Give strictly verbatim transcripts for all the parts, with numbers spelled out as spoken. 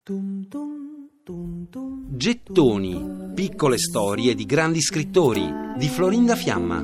Gettoni, piccole storie di grandi scrittori di Florinda Fiamma.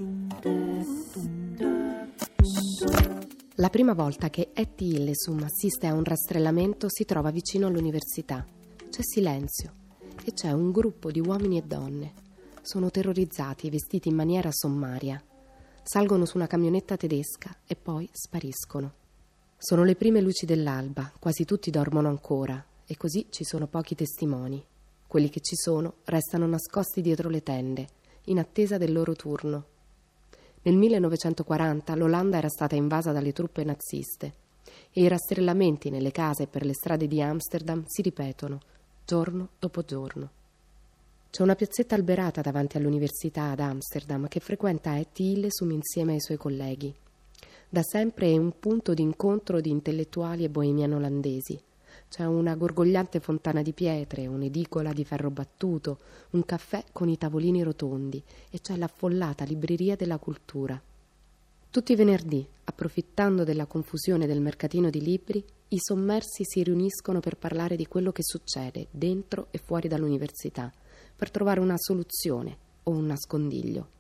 La prima volta che Etty Hillesum assiste a un rastrellamento si trova vicino all'università. C'è silenzio e c'è un gruppo di uomini e donne. Sono terrorizzati e vestiti in maniera sommaria. Salgono su una camionetta tedesca e poi spariscono. Sono le prime luci dell'alba, quasi tutti dormono ancora e così ci sono pochi testimoni. Quelli che ci sono restano nascosti dietro le tende, in attesa del loro turno. Nel millenovecentoquaranta l'Olanda era stata invasa dalle truppe naziste e i rastrellamenti nelle case e per le strade di Amsterdam si ripetono, giorno dopo giorno. C'è una piazzetta alberata davanti all'università ad Amsterdam che frequenta Etty Hillesum insieme ai suoi colleghi. Da sempre è un punto di incontro di intellettuali e bohemiani olandesi. C'è una gorgogliante fontana di pietre, un'edicola di ferro battuto, un caffè con i tavolini rotondi e c'è l'affollata libreria della cultura. Tutti i venerdì, approfittando della confusione del mercatino di libri, i sommersi si riuniscono per parlare di quello che succede dentro e fuori dall'università, per trovare una soluzione o un nascondiglio.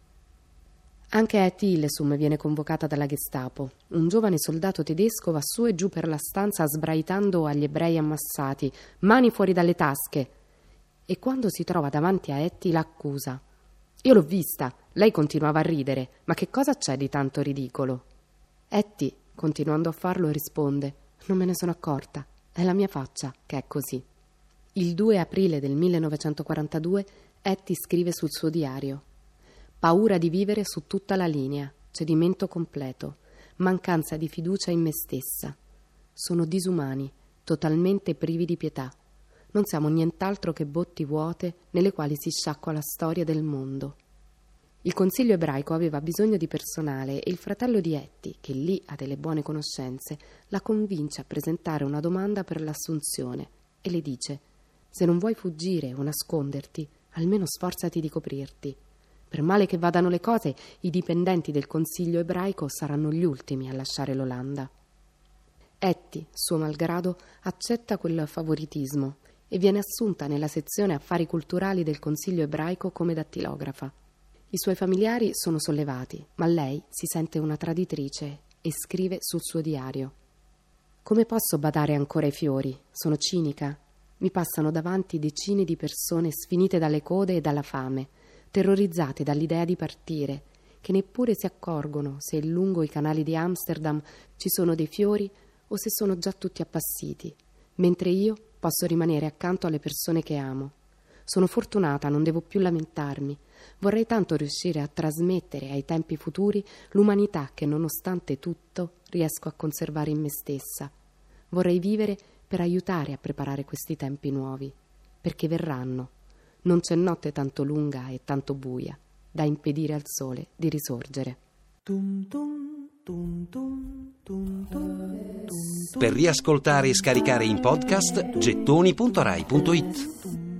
Anche Etty Hillesum viene convocata dalla Gestapo. Un giovane soldato tedesco va su e giù per la stanza sbraitando agli ebrei ammassati: mani fuori dalle tasche! E quando si trova davanti a Etty l'accusa. Io l'ho vista, lei continuava a ridere, ma che cosa c'è di tanto ridicolo? Etty, continuando a farlo, risponde: non me ne sono accorta, è la mia faccia che è così. Il due aprile del millenovecentoquarantadue Etty scrive sul suo diario: paura di vivere su tutta la linea, cedimento completo, mancanza di fiducia in me stessa. Sono disumani, totalmente privi di pietà. Non siamo nient'altro che botti vuote nelle quali si sciacqua la storia del mondo. Il consiglio ebraico aveva bisogno di personale e il fratello di Etty, che lì ha delle buone conoscenze, la convince a presentare una domanda per l'assunzione e le dice: se non vuoi fuggire o nasconderti, almeno sforzati di coprirti. Per male che vadano le cose, i dipendenti del consiglio ebraico saranno gli ultimi a lasciare l'Olanda. Etty, suo malgrado, accetta quel favoritismo e viene assunta nella sezione affari culturali del consiglio ebraico come dattilografa. I suoi familiari sono sollevati, ma lei si sente una traditrice e scrive sul suo diario: come posso badare ancora ai fiori? Sono cinica. Mi passano davanti decine di persone sfinite dalle code e dalla fame, terrorizzate dall'idea di partire, che neppure si accorgono se lungo i canali di Amsterdam ci sono dei fiori o se sono già tutti appassiti, mentre io posso rimanere accanto alle persone che amo. Sono fortunata, non devo più lamentarmi. Vorrei tanto riuscire a trasmettere ai tempi futuri l'umanità che, nonostante tutto, riesco a conservare in me stessa. Vorrei vivere per aiutare a preparare questi tempi nuovi, perché verranno. Non c'è notte tanto lunga e tanto buia da impedire al sole di risorgere. Per riascoltare e scaricare in podcast gettoni punto rai punto it.